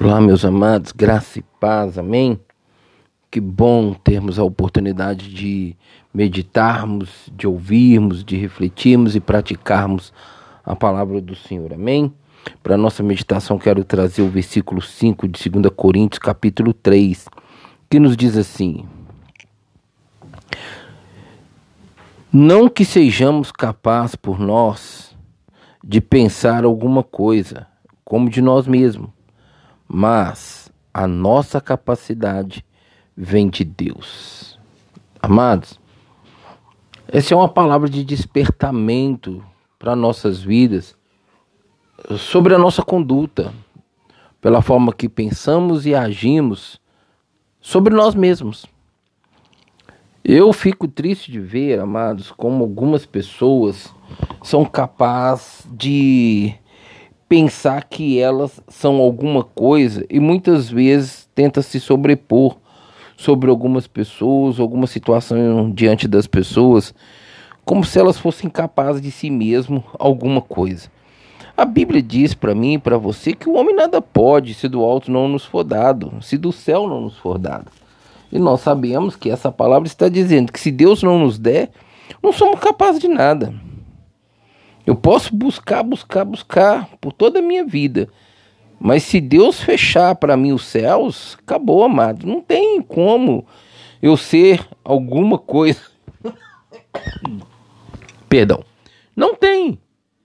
Olá, meus amados, graça e paz, amém? Que bom termos a oportunidade de meditarmos, de ouvirmos, de refletirmos e praticarmos a palavra do Senhor, amém? Para a nossa meditação, quero trazer o versículo 5 de 2 Coríntios, capítulo 3, que nos diz assim: não que sejamos capazes por nós de pensar alguma coisa, como de nós mesmos, mas a nossa capacidade vem de Deus. Amados, essa é uma palavra de despertamento para nossas vidas, sobre a nossa conduta, pela forma que pensamos e agimos sobre nós mesmos. Eu fico triste de ver, amados, como algumas pessoas são capazes de pensar que elas são alguma coisa e muitas vezes tenta se sobrepor sobre algumas pessoas, alguma situação diante das pessoas, como se elas fossem capazes de si mesmo alguma coisa. A Bíblia diz para mim e para você que o homem nada pode se do alto não nos for dado, se do céu não nos for dado. E nós sabemos que essa palavra está dizendo que se Deus não nos der, não somos capazes de nada. Eu posso buscar por toda a minha vida. Mas se Deus fechar para mim os céus, acabou, amado. Não tem como eu ser alguma coisa. Perdão. Não tem.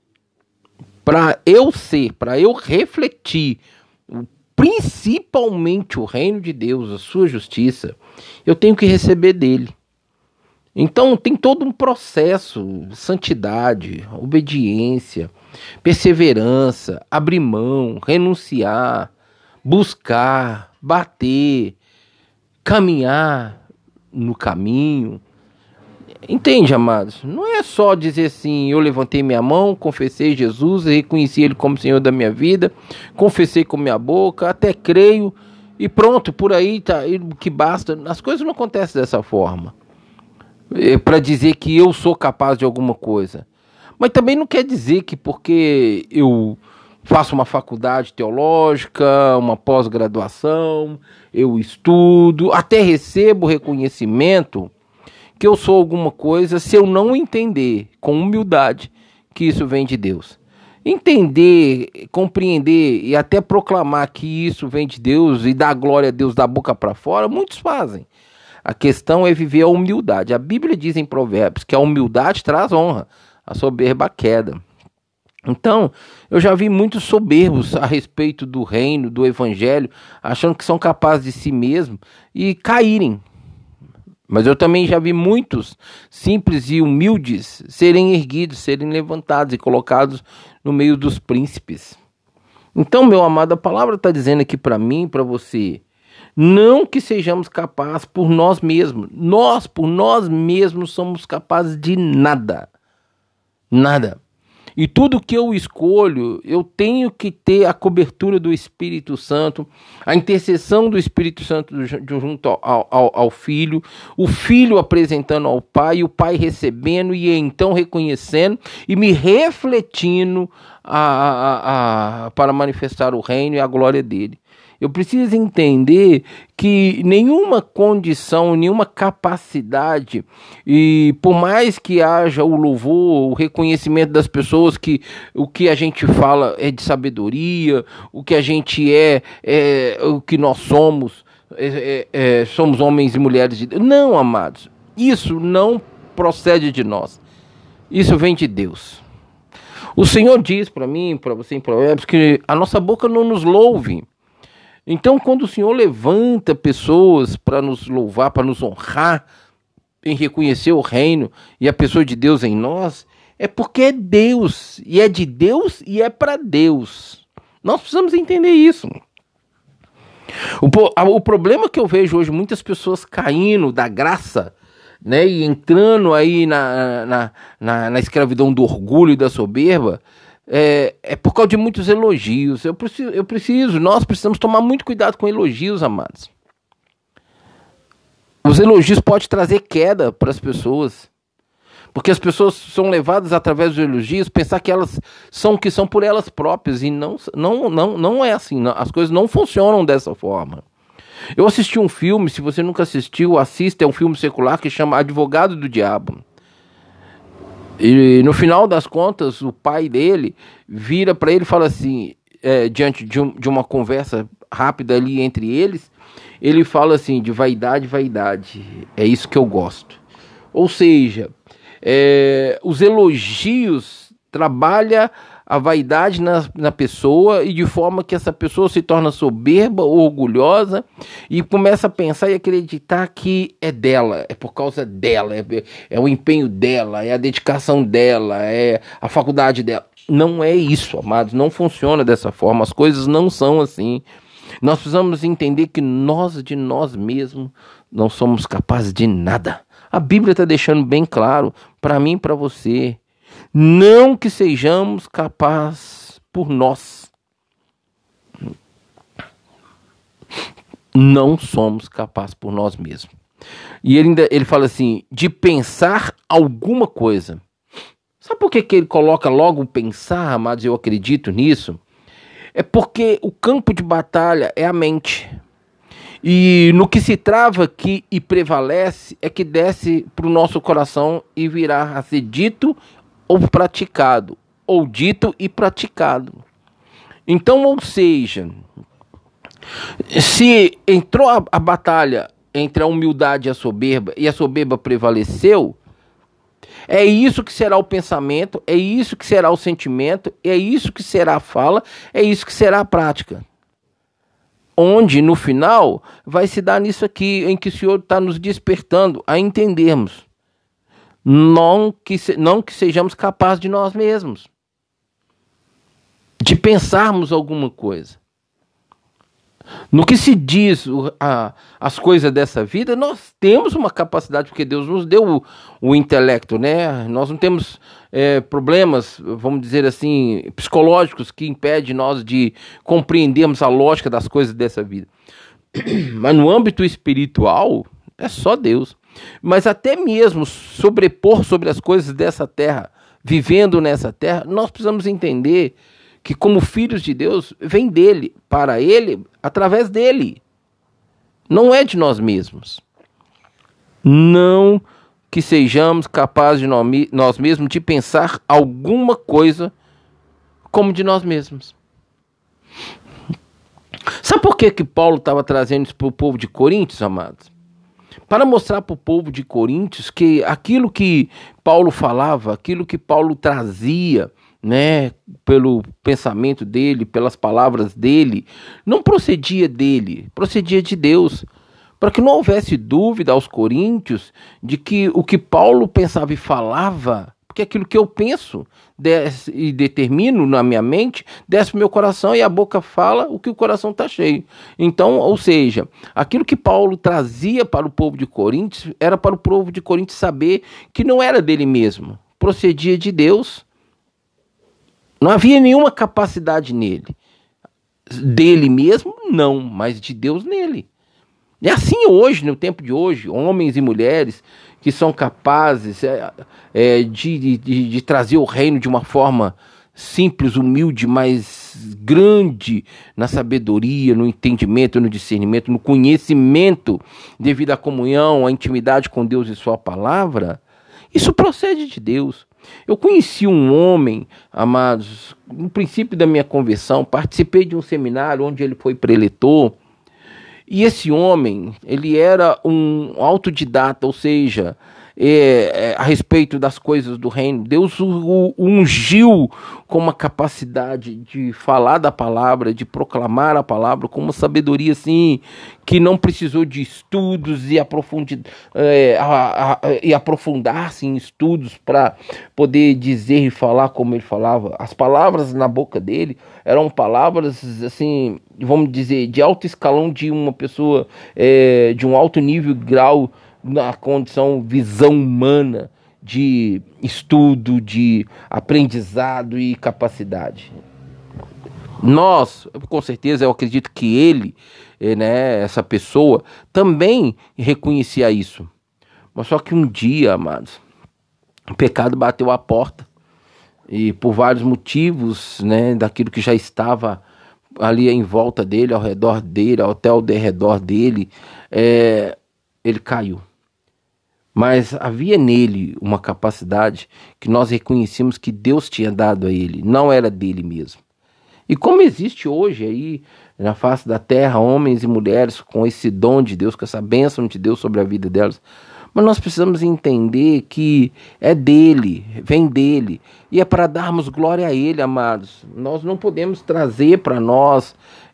Para eu ser, para eu refletir, principalmente o reino de Deus, a sua justiça, eu tenho que receber dele. Então tem todo um processo, santidade, obediência, perseverança, abrir mão, renunciar, buscar, bater, caminhar no caminho. Entende, amados? Não é só dizer assim: eu levantei minha mão, confessei Jesus, reconheci Ele como Senhor da minha vida, confessei com minha boca, até creio e pronto, por aí tá, que basta. As coisas não acontecem dessa forma. Para dizer que eu sou capaz de alguma coisa. Mas também não quer dizer que porque eu faço uma faculdade teológica, uma pós-graduação, eu estudo, até recebo reconhecimento, que eu sou alguma coisa, se eu não entender com humildade que isso vem de Deus. Entender, compreender e até proclamar que isso vem de Deus e dar glória a Deus da boca para fora, muitos fazem. A questão é viver a humildade. A Bíblia diz em Provérbios que a humildade traz honra, a soberba a queda. Então, eu já vi muitos soberbos a respeito do reino, do evangelho, achando que são capazes de si mesmos e caírem. Mas eu também já vi muitos simples e humildes serem erguidos, serem levantados e colocados no meio dos príncipes. Então, meu amado, a palavra está dizendo aqui para mim e para você: não que sejamos capazes por nós mesmos. Nós, por nós mesmos, somos capazes de nada. Nada. E tudo que eu escolho, eu tenho que ter a cobertura do Espírito Santo, a intercessão do Espírito Santo junto ao Filho, o Filho apresentando ao Pai, o Pai recebendo e então reconhecendo e me refletindo para manifestar o reino e a glória dele. Eu preciso entender que nenhuma condição, nenhuma capacidade, e por mais que haja o louvor, o reconhecimento das pessoas que o que a gente fala é de sabedoria, o que a gente é o que nós somos, somos homens e mulheres de Deus. Não, amados, isso não procede de nós. Isso vem de Deus. O Senhor diz para mim, para você em Provérbios, que a nossa boca não nos louve. Então, quando o Senhor levanta pessoas para nos louvar, para nos honrar, em reconhecer o reino e a pessoa de Deus em nós, é porque é Deus, e é de Deus e é para Deus. Nós precisamos entender isso. O problema que eu vejo hoje, muitas pessoas caindo da graça, né, e entrando aí na escravidão do orgulho e da soberba, é por causa de muitos elogios. Nós precisamos tomar muito cuidado com elogios, amados. Os elogios podem trazer queda para as pessoas. Porque as pessoas são levadas através dos elogios a pensar que elas são o que são por elas próprias. E não é assim. Não, as coisas não funcionam dessa forma. Eu assisti um filme, se você nunca assistiu, assista, é um filme secular que chama Advogado do Diabo. E no final das contas, o pai dele vira para ele e fala assim, diante de uma conversa rápida ali entre eles, ele fala assim, de vaidade, vaidade, é isso que eu gosto. Ou seja, os elogios trabalham a vaidade na pessoa e de forma que essa pessoa se torna soberba ou orgulhosa e começa a pensar e acreditar que é dela, é por causa dela, é o empenho dela, é a dedicação dela, é a faculdade dela. Não é isso, amados, não funciona dessa forma, as coisas não são assim. Nós precisamos entender que nós, de nós mesmos, não somos capazes de nada. A Bíblia está deixando bem claro para mim e para você. Não que sejamos capazes por nós. Não somos capazes por nós mesmos. E ele fala assim, de pensar alguma coisa. Sabe por que ele coloca logo pensar, amados? Eu acredito nisso. É porque o campo de batalha é a mente. E no que se trava aqui e prevalece é que desce para o nosso coração e virá a ser dito ou praticado, ou dito e praticado. Então, ou seja, se entrou a batalha entre a humildade e a soberba prevaleceu, é isso que será o pensamento, é isso que será o sentimento, é isso que será a fala, é isso que será a prática. Onde, no final, vai se dar nisso aqui, em que o Senhor está nos despertando a entendermos. Não que sejamos capazes de nós mesmos, de pensarmos alguma coisa. No que se diz as coisas dessa vida, nós temos uma capacidade, porque Deus nos deu o intelecto, né? Nós não temos problemas, vamos dizer assim, psicológicos que impedem nós de compreendermos a lógica das coisas dessa vida. Mas no âmbito espiritual, é só Deus. Mas até mesmo sobrepor sobre as coisas dessa terra, vivendo nessa terra, nós precisamos entender que como filhos de Deus, vem dele, para ele, através dele. Não é de nós mesmos. Não que sejamos capazes de nós mesmos de pensar alguma coisa como de nós mesmos. Sabe por que Paulo estava trazendo isso para o povo de Coríntios, amados? Para mostrar para o povo de Coríntios que aquilo que Paulo falava, aquilo que Paulo trazia, né, pelo pensamento dele, pelas palavras dele, não procedia dele, procedia de Deus. Para que não houvesse dúvida aos coríntios de que o que Paulo pensava e falava, porque aquilo que eu penso e determino na minha mente, desce para o meu coração e a boca fala o que o coração está cheio. Então, ou seja, aquilo que Paulo trazia para o povo de Coríntios, era para o povo de Coríntios saber que não era dele mesmo, procedia de Deus. Não havia nenhuma capacidade nele. Dele mesmo, não, mas de Deus nele. É assim hoje, no tempo de hoje, homens e mulheres que são capazes de trazer o reino de uma forma simples, humilde, mas grande na sabedoria, no entendimento, no discernimento, no conhecimento devido à comunhão, à intimidade com Deus e sua palavra. Isso procede de Deus. Eu conheci um homem, amados, no princípio da minha conversão, participei de um seminário onde ele foi preletor, e esse homem, ele era um autodidata, ou seja, a respeito das coisas do reino. Deus o ungiu com uma capacidade de falar da palavra, de proclamar a palavra com uma sabedoria assim, que não precisou de estudos e aprofundar-se em estudos para poder dizer e falar como ele falava. As palavras na boca dele eram palavras assim, vamos dizer, de alto escalão de uma pessoa de um alto nível, grau, na condição, visão humana de estudo, de aprendizado e capacidade. Nós, com certeza, eu acredito que ele, né, essa pessoa, também reconhecia isso. Mas só que um dia, amados, O pecado bateu a porta e por vários motivos, né, daquilo que já estava ali em volta dele, ao redor dele, até ao derredor dele, ele caiu. Mas havia nele uma capacidade que nós reconhecíamos que Deus tinha dado a ele, não era dele mesmo. E como existe hoje aí na face da terra homens e mulheres com esse dom de Deus, com essa bênção de Deus sobre a vida delas, mas nós precisamos entender que é dele, vem dele, e é para darmos glória a ele, amados. Nós não podemos trazer para nós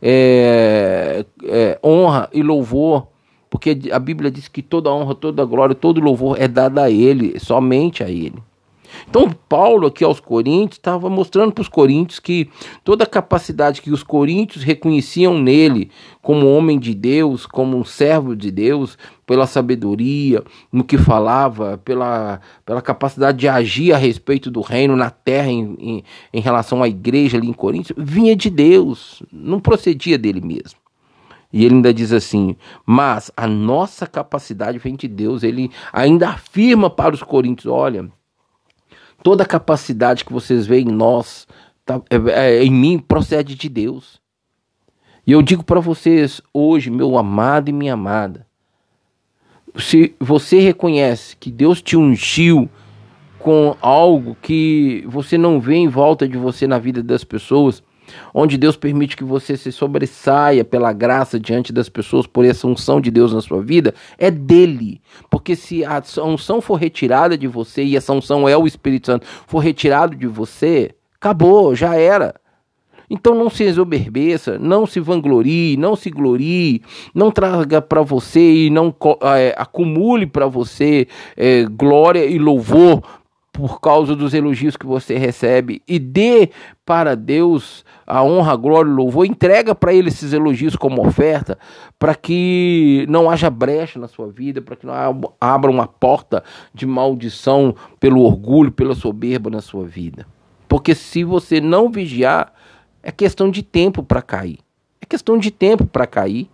honra e louvor, porque a Bíblia diz que toda honra, toda glória, todo louvor é dada a ele, somente a ele. Então Paulo aqui aos Coríntios estava mostrando para os coríntios que toda a capacidade que os coríntios reconheciam nele como homem de Deus, como um servo de Deus, pela sabedoria, no que falava, pela capacidade de agir a respeito do reino na terra em relação à igreja ali em Coríntios, vinha de Deus, não procedia dele mesmo. E ele ainda diz assim, mas a nossa capacidade vem de Deus. Ele ainda afirma para os coríntios, olha, toda a capacidade que vocês veem em nós, em mim, procede de Deus. E eu digo para vocês hoje, meu amado e minha amada, se você reconhece que Deus te ungiu com algo que você não vê em volta de você na vida das pessoas, onde Deus permite que você se sobressaia pela graça diante das pessoas por essa unção de Deus na sua vida, é dele. Porque se a unção for retirada de você, e essa unção é o Espírito Santo, for retirado de você, acabou, já era. Então não se exoberbeça, não se vanglorie, não se glorie, não traga para você e não acumule para você glória e louvor por causa dos elogios que você recebe, e dê para Deus a honra, a glória e o louvor, entrega para Ele esses elogios como oferta, para que não haja brecha na sua vida, para que não abra uma porta de maldição pelo orgulho, pela soberba na sua vida. Porque se você não vigiar, é questão de tempo para cair. É questão de tempo para cair.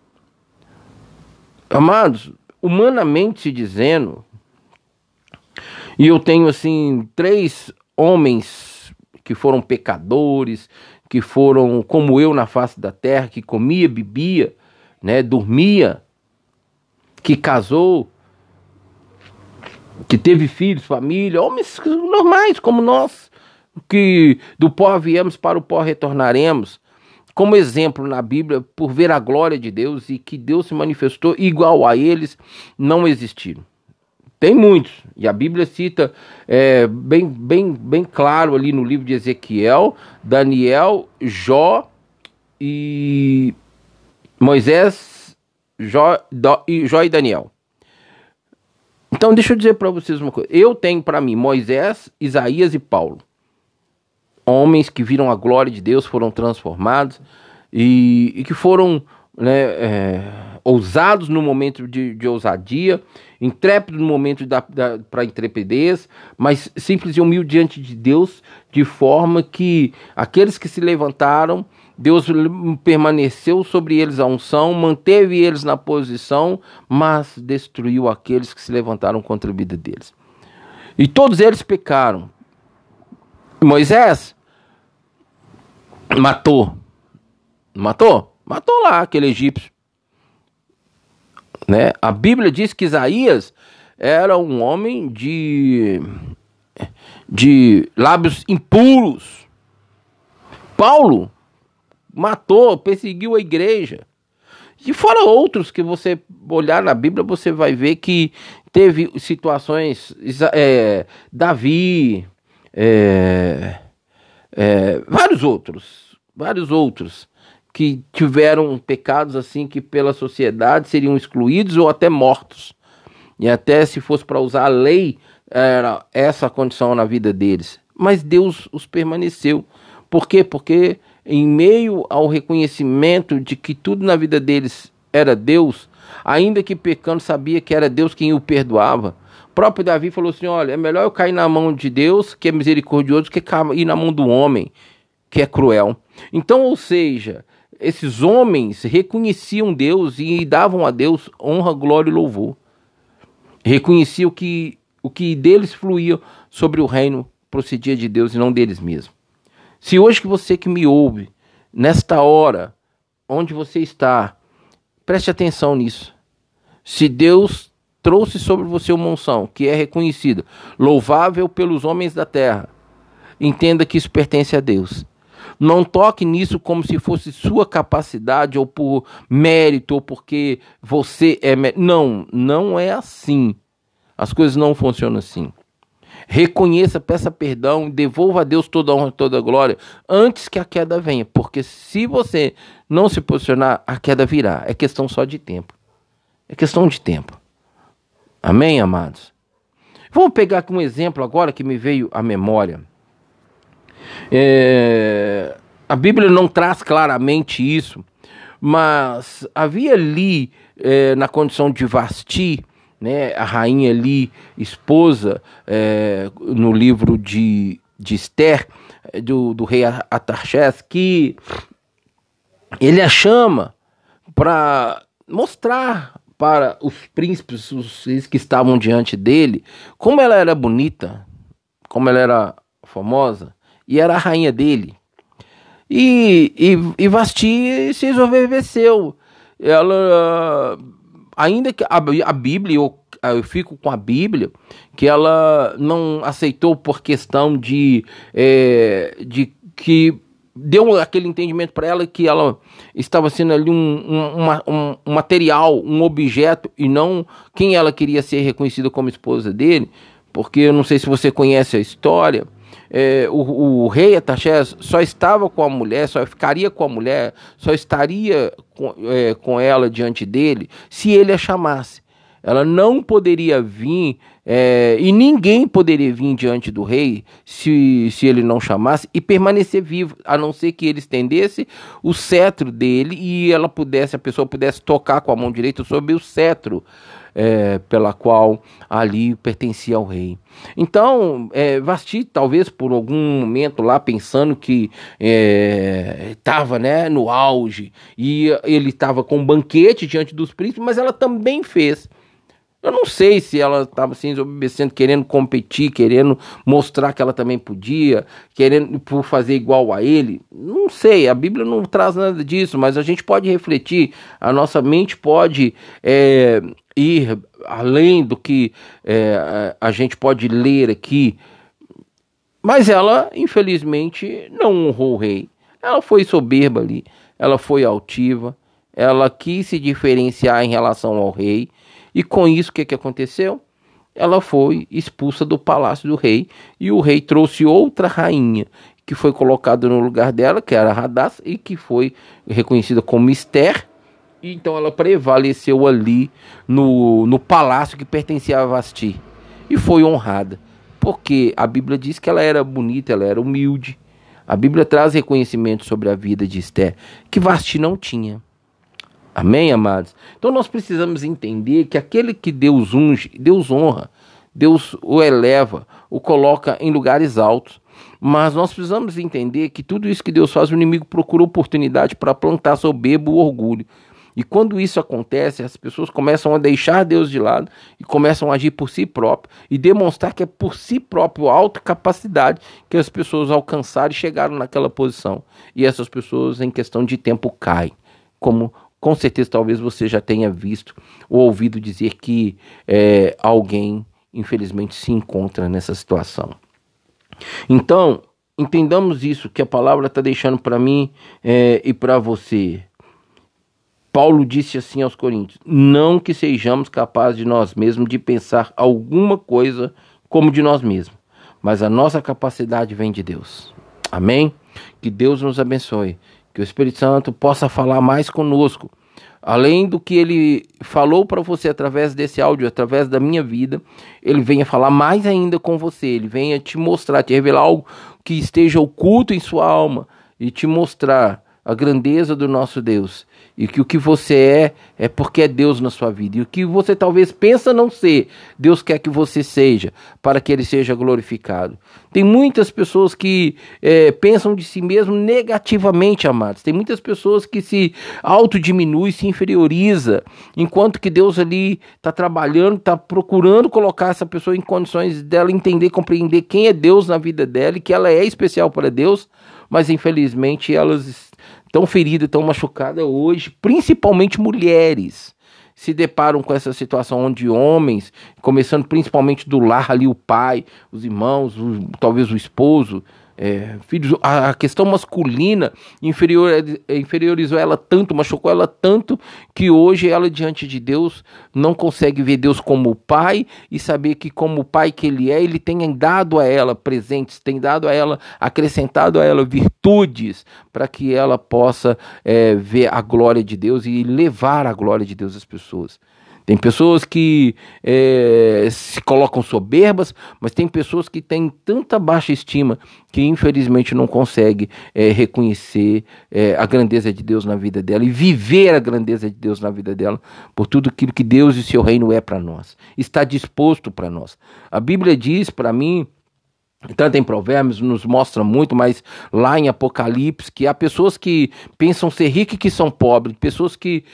Amados, humanamente se dizendo, e eu tenho assim 3 homens que foram pecadores, que foram como eu na face da terra, que comia, bebia, né, dormia, que casou, que teve filhos, família, homens normais como nós, que do pó viemos, para o pó retornaremos, como exemplo na Bíblia, por ver a glória de Deus e que Deus se manifestou igual a eles, não existiram. Tem muitos, e a Bíblia cita bem claro ali no livro de Ezequiel, Daniel, Jó e Moisés, Jó e Daniel. Então deixa eu dizer para vocês uma coisa, eu tenho para mim Moisés, Isaías e Paulo, homens que viram a glória de Deus, foram transformados e que foram, né, ousados no momento de ousadia, intrépidos no momento para intrepidez, mas simples e humilde diante de Deus, de forma que aqueles que se levantaram, Deus permaneceu sobre eles a unção, manteve eles na posição, mas destruiu aqueles que se levantaram contra a vida deles. E todos eles pecaram. Moisés matou lá aquele egípcio, né? A Bíblia diz que Isaías era um homem de lábios impuros. Paulo matou, perseguiu a igreja. E fora outros que você olhar na Bíblia, você vai ver que teve situações, Davi, vários outros que tiveram pecados assim que pela sociedade seriam excluídos ou até mortos. E até se fosse para usar a lei, era essa a condição na vida deles. Mas Deus os permaneceu. Por quê? Porque em meio ao reconhecimento de que tudo na vida deles era Deus, ainda que pecando, sabia que era Deus quem o perdoava. O próprio Davi falou assim, olha, é melhor eu cair na mão de Deus, que é misericordioso, que cair na mão do homem, que é cruel. Então, ou seja, esses homens reconheciam Deus e davam a Deus honra, glória e louvor. Reconheciam que o que deles fluía sobre o reino procedia de Deus e não deles mesmos. Se hoje que você que me ouve, nesta hora, onde você está, preste atenção nisso. Se Deus trouxe sobre você uma unção que é reconhecida, louvável pelos homens da terra, entenda que isso pertence a Deus. Não toque nisso como se fosse sua capacidade ou por mérito ou porque você é mérito. Não, não é assim. As coisas não funcionam assim. Reconheça, peça perdão, devolva a Deus toda a honra e toda a glória antes que a queda venha. Porque se você não se posicionar, a queda virá. É questão só de tempo. É questão de tempo. Amém, amados? Vamos pegar aqui um exemplo agora que me veio à memória. A Bíblia não traz claramente isso, mas havia ali, na condição de Vasti, né, a rainha ali, esposa, no livro de Esther, do rei Artaxerxes, que ele a chama para mostrar para os príncipes, os que estavam diante dele, como ela era bonita, como ela era famosa, e era a rainha dele. E Vasti se desobedeceu. Ela, ainda que a Bíblia, eu fico com a Bíblia, que ela não aceitou por questão de que deu aquele entendimento para ela que ela estava sendo ali um material, um objeto, e não quem ela queria ser reconhecida como esposa dele, porque eu não sei se você conhece a história. O rei Artaxerxes só estava com a mulher, só ficaria com a mulher, só estaria com ela diante dele se ele a chamasse. Ela não poderia vir, e ninguém poderia vir diante do rei se ele não chamasse e permanecer vivo, a não ser que ele estendesse o cetro dele e a pessoa pudesse tocar com a mão direita sobre o cetro pela qual ali pertencia ao rei. Então, Vasti, talvez por algum momento lá, pensando que estava no auge, e ele estava com um banquete diante dos príncipes, mas ela também fez. Eu não sei se ela estava assim, desobedecendo, querendo competir, querendo mostrar que ela também podia, querendo por fazer igual a ele. Não sei, a Bíblia não traz nada disso, mas a gente pode refletir, a nossa mente pode ir além do que a gente pode ler aqui. Mas ela, infelizmente, não honrou o rei. Ela foi soberba ali, ela foi altiva, ela quis se diferenciar em relação ao rei. E com isso, o que aconteceu? Ela foi expulsa do palácio do rei, e o rei trouxe outra rainha, que foi colocada no lugar dela, que era Hadassa, e que foi reconhecida como Esther. E então ela prevaleceu ali no palácio que pertencia a Vasti, e foi honrada, porque a Bíblia diz que ela era bonita, ela era humilde. A Bíblia traz reconhecimento sobre a vida de Esther, que Vasti não tinha. Amém, amados? Então nós precisamos entender que aquele que Deus unge, Deus honra, Deus o eleva, o coloca em lugares altos. Mas nós precisamos entender que tudo isso que Deus faz, o inimigo procura oportunidade para plantar soberba o orgulho. E quando isso acontece, as pessoas começam a deixar Deus de lado e começam a agir por si próprio e demonstrar que é por si próprio, a alta capacidade que as pessoas alcançaram e chegaram naquela posição. E essas pessoas, em questão de tempo, caem, como com certeza talvez você já tenha visto ou ouvido dizer que alguém, infelizmente, se encontra nessa situação. Então, entendamos isso, que a palavra está deixando para mim e para você. Paulo disse assim aos Coríntios: não que sejamos capazes de nós mesmos de pensar alguma coisa como de nós mesmos, mas a nossa capacidade vem de Deus. Amém? Que Deus nos abençoe. Que o Espírito Santo possa falar mais conosco. Além do que ele falou para você através desse áudio, através da minha vida, ele venha falar mais ainda com você. Ele venha te mostrar, te revelar algo que esteja oculto em sua alma e te mostrar a grandeza do nosso Deus, e que o que você é porque é Deus na sua vida, e o que você talvez pensa não ser, Deus quer que você seja, para que Ele seja glorificado. Tem muitas pessoas que pensam de si mesmo negativamente, amados. Tem muitas pessoas que se autodiminui, se inferioriza, enquanto que Deus ali está trabalhando, está procurando colocar essa pessoa em condições dela entender, compreender quem é Deus na vida dela, e que ela é especial para Deus, mas infelizmente elas estão feridas, estão machucadas hoje, principalmente mulheres, se deparam com essa situação onde homens, começando principalmente do lar ali, o pai, os irmãos, talvez o esposo, filhos, a questão masculina inferiorizou ela tanto, machucou ela tanto, que hoje ela diante de Deus não consegue ver Deus como pai e saber que como pai que Ele é, Ele tem dado a ela presentes, tem dado a ela, acrescentado a ela virtudes, para que ela possa ver a glória de Deus e levar a glória de Deus às pessoas. Tem pessoas que se colocam soberbas, mas tem pessoas que têm tanta baixa estima que infelizmente não conseguem reconhecer a grandeza de Deus na vida dela e viver a grandeza de Deus na vida dela por tudo aquilo que Deus e seu reino é para nós, está disposto para nós. A Bíblia diz para mim, tanto em Provérbios, nos mostra muito, mas lá em Apocalipse, que há pessoas que pensam ser ricas e que são pobres, pessoas que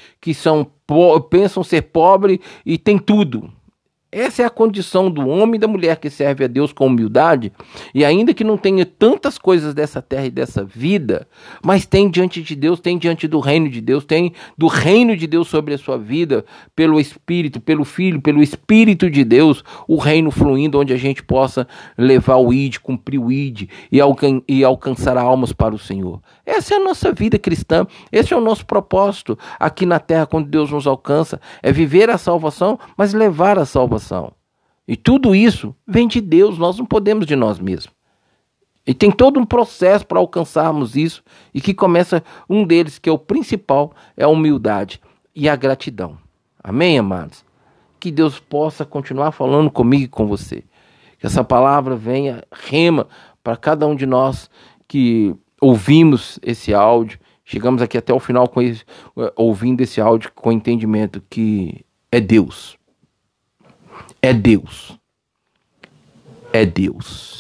pensam ser pobres e têm tudo. Essa é a condição do homem e da mulher que serve a Deus com humildade, e ainda que não tenha tantas coisas dessa terra e dessa vida, mas tem diante de Deus, tem diante do reino de Deus, tem do reino de Deus sobre a sua vida, pelo Espírito, pelo Filho, pelo Espírito de Deus, o reino fluindo, onde a gente possa levar o ID, cumprir o ID e alcançar almas para o Senhor. Essa é a nossa vida cristã, esse é o nosso propósito aqui na terra, quando Deus nos alcança, é viver a salvação, mas levar a salvação. E tudo isso vem de Deus, nós não podemos de nós mesmos. E tem todo um processo para alcançarmos isso, e que começa um deles, que é o principal, é a humildade e a gratidão. Amém, amados? Que Deus possa continuar falando comigo e com você. Que essa palavra venha, rema para cada um de nós que ouvimos esse áudio, chegamos aqui até o final ouvindo esse áudio com entendimento que é Deus. É Deus. É Deus.